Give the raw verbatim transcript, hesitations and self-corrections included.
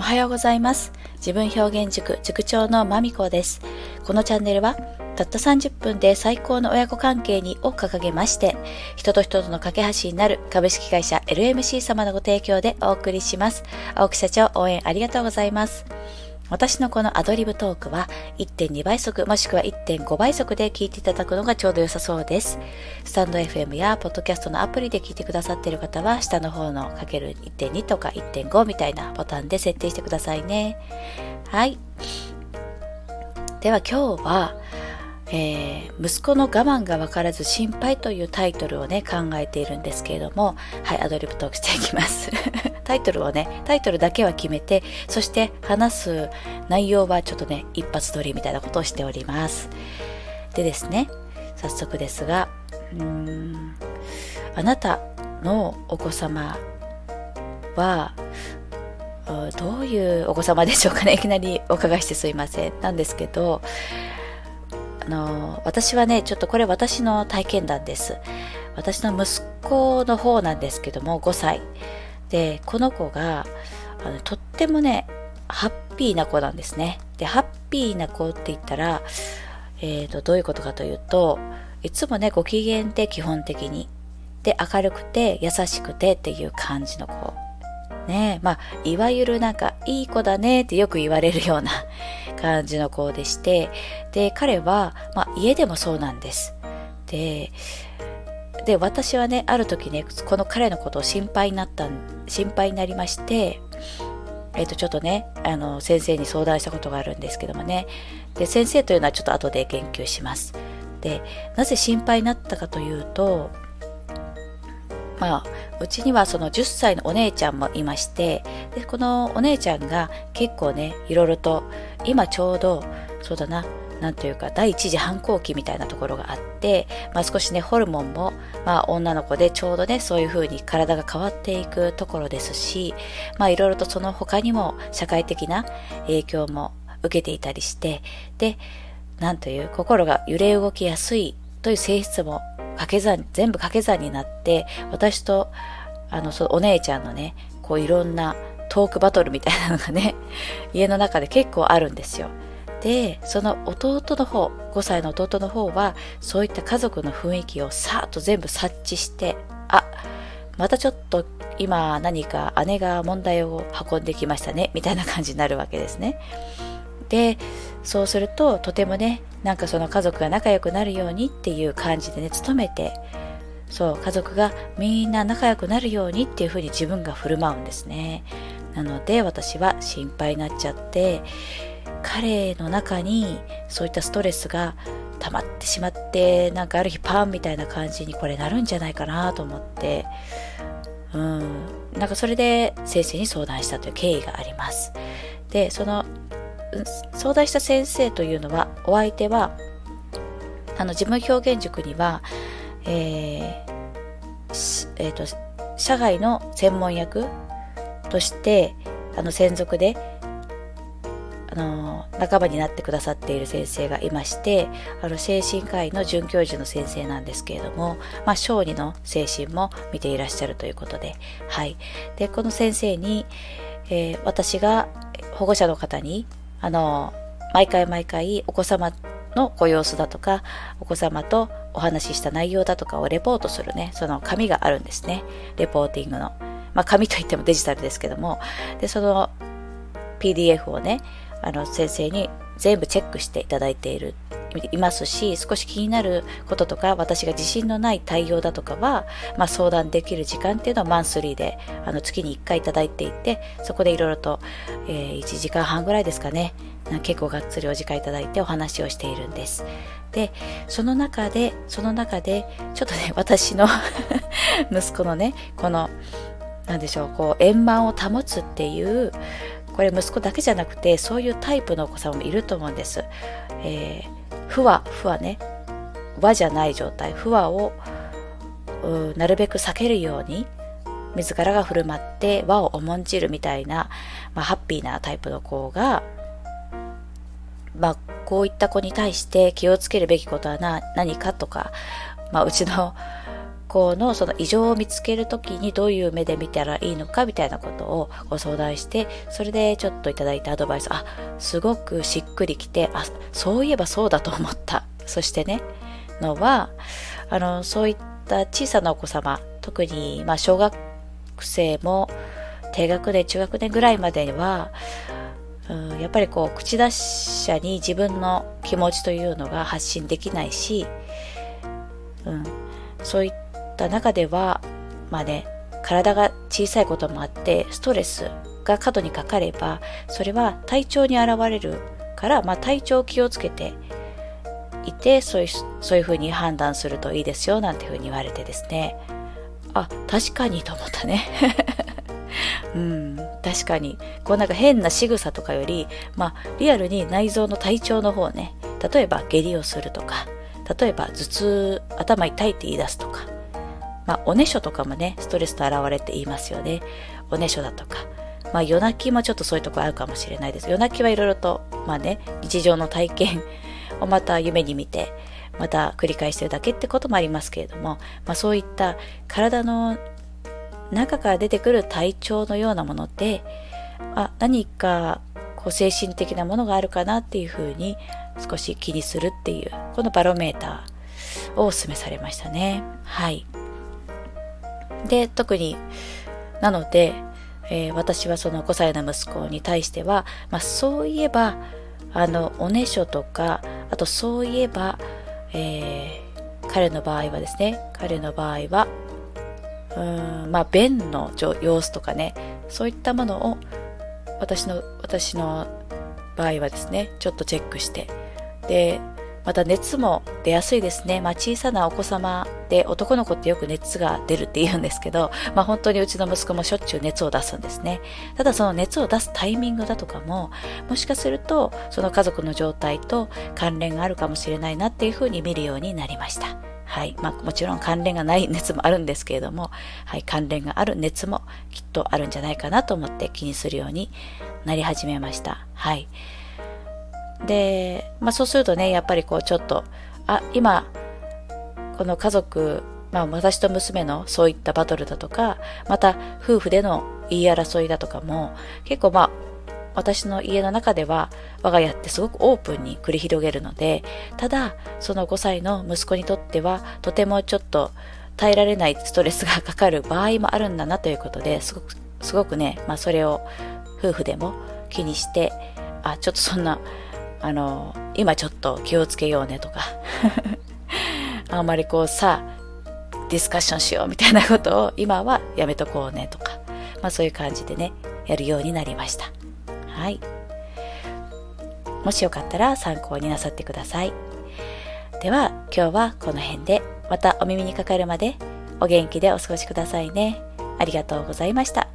はようございます。自分表現塾塾長のまみこです。このチャンネルはたったさんじゅっぷんで最高の親子関係にを掲げまして、人と人との架け橋になる株式会社 エルエムシー 様のご提供でお送りします。青木社長、応援ありがとうございます。私のこのアドリブトークは いってんに 倍速もしくは いってんご 倍速で聞いていただくのがちょうど良さそうです。スタンド エフエム やポッドキャストのアプリで聞いてくださっている方は下の方のかける いってんに とか いってんご みたいなボタンで設定してくださいね。はい。では今日は、えー、息子の我慢が分からず心配というタイトルをね考えているんですけれども、はい、アドリブトークしていきますタイトルをねタイトルだけは決めて、そして話す内容はちょっとね一発撮りみたいなことをしております。でですね、早速ですが、うーんあなたのお子様はどういうお子様でしょうかね。いきなりお伺いしてすいませんなんですけど、あの私はねちょっとこれ私の体験談です。私の息子の方なんですけども、ごさいで、この子があのとってもねハッピーな子なんですね。でハッピーな子って言ったら、えーと、どういうことかというと、いつもねご機嫌で基本的にで明るくて優しくてっていう感じの子ね。まあいわゆるなんかいい子だねってよく言われるような感じの子でして、で彼は、まあ、家でもそうなんです。でで私はねある時ねこの彼のことを心配になった心配になりまして、えーとちょっとねあの先生に相談したことがあるんですけどもね。で先生というのはちょっと後で言及します。でなぜ心配になったかというと、まあうちにはそのじゅっさいのお姉ちゃんもいまして、でこのお姉ちゃんが結構ねいろいろと今ちょうどそうだななんというか第一次反抗期みたいなところがあって、まあ、少しねホルモンも、まあ、女の子でちょうどねそういう風に体が変わっていくところですし、まあいろいろとその他にも社会的な影響も受けていたりして、でなんという心が揺れ動きやすいという性質も掛け算全部掛け算になって、私とあのそのお姉ちゃんのねこういろんなトークバトルみたいなのがね家の中で結構あるんですよ。でその弟の方ごさいの弟の方はそういった家族の雰囲気をさーっと全部察知して、あまたちょっと今何か姉が問題を運んできましたねみたいな感じになるわけですね。でそうするととてもねなんかその家族が仲良くなるようにっていう感じでね努めて、そう家族がみんな仲良くなるようにっていう風に自分が振る舞うんですね。なので私は心配になっちゃって、彼の中にそういったストレスが溜まってしまって、なんかある日パンみたいな感じにこれなるんじゃないかなと思って、うんなんかそれで先生に相談したという経緯があります。でその相談した先生というのは、お相手はあの自分表現塾には、えーえー、と社外の専門役としてあの専属であの仲間になってくださっている先生がいまして、あの精神科医の准教授の先生なんですけれども、まあ、小児の精神も見ていらっしゃるということで、はい、でこの先生に、えー、私が保護者の方にあの毎回毎回お子様のご様子だとかお子様とお話しした内容だとかをレポートするねその紙があるんですね。レポーティングの、まあ、紙といってもデジタルですけども、でその ピーディーエフ をねあの先生に全部チェックしていただいているいますし、少し気になることとか私が自信のない対応だとかは、まあ、相談できる時間っていうのをマンスリーであの月にいっかいいただいていて、そこでいろいろと、えー、いちじかんはんぐらいですかね、結構がっつりお時間いただいてお話をしているんです。でその中でその中でちょっとね私の息子のねこのなんでしょうこう円満を保つっていう、これ息子だけじゃなくてそういうタイプのお子さんもいると思うんです。えー不和不和ね和じゃない状態、不和をなるべく避けるように自らが振る舞って和を重んじるみたいな、まあ、ハッピーなタイプの子が、まあ、こういった子に対して気をつけるべきことはな何かとか、まあ、うちの子のその異常を見つけるときにどういう目で見たらいいのかみたいなことをご相談して、それでちょっといただいたアドバイス、あ、すごくしっくりきて、あ、そういえばそうだと思った。そしてね、のは、あの、そういった小さなお子様、特に、まあ、小学生も低学年、中学年ぐらいまでは、うん、やっぱりこう、口達者に自分の気持ちというのが発信できないし、うん、そういった中では、まあね、体が小さいこともあって、ストレスが過度にかかれば、それは体調に現れるから、まあ、体調を気をつけていて、そういう、そういうふうに判断するといいですよ、なんていうふうに言われてですね。あ、確かにと思ったね。うん、確かに。こうなんか変な仕草とかより、まあ、リアルに内臓の体調の方ね、例えば下痢をするとか、例えば頭痛、頭痛いって言い出すとか、まあ、おねしょとかもね、ストレスと現れて言いますよね。おねしょだとか。まあ、夜泣きもちょっとそういうところあるかもしれないです。夜泣きはいろいろと、まあね、日常の体験をまた夢に見て、また繰り返してるだけってこともありますけれども、まあ、そういった体の中から出てくる体調のようなもので、あ、何かこう精神的なものがあるかなっていうふうに少し気にするっていう、このバロメーターをお勧めされましたね。はい。で、特になので、えー、私はそのごさいの息子に対しては、まあ、そういえばあのおねしょとか、あとそういえば、えー、彼の場合はですね、彼の場合はうーん、まあ便の様子とかね、そういったものを私の私の場合はですね、ちょっとチェックして、でまた熱も出やすいですね。まあ小さなお子様で、男の子ってよく熱が出るって言うんですけど、まあ本当にうちの息子もしょっちゅう熱を出すんですね。ただその熱を出すタイミングだとかも、もしかするとその家族の状態と関連があるかもしれないなっていうふうに見るようになりました。はい。まあもちろん関連がない熱もあるんですけれども、はい、関連がある熱もきっとあるんじゃないかなと思って気にするようになり始めました。はい。で、まあそうするとね、やっぱりこうちょっと、あ、今、この家族、まあ私と娘のそういったバトルだとか、また夫婦での言い争いだとかも、結構まあ、私の家の中では我が家ってすごくオープンに繰り広げるので、ただそのごさいの息子にとってはとてもちょっと耐えられないストレスがかかる場合もあるんだなということで、すごくすごくね、まあそれを夫婦でも気にして、あ、ちょっとそんなあの今ちょっと気をつけようねとかあんまりこうさディスカッションしようみたいなことを今はやめとこうねとか、まあそういう感じでねやるようになりました。はい。もしよかったら参考になさってください。では今日はこの辺で、またお耳にかかるまでお元気でお過ごしくださいね。ありがとうございました。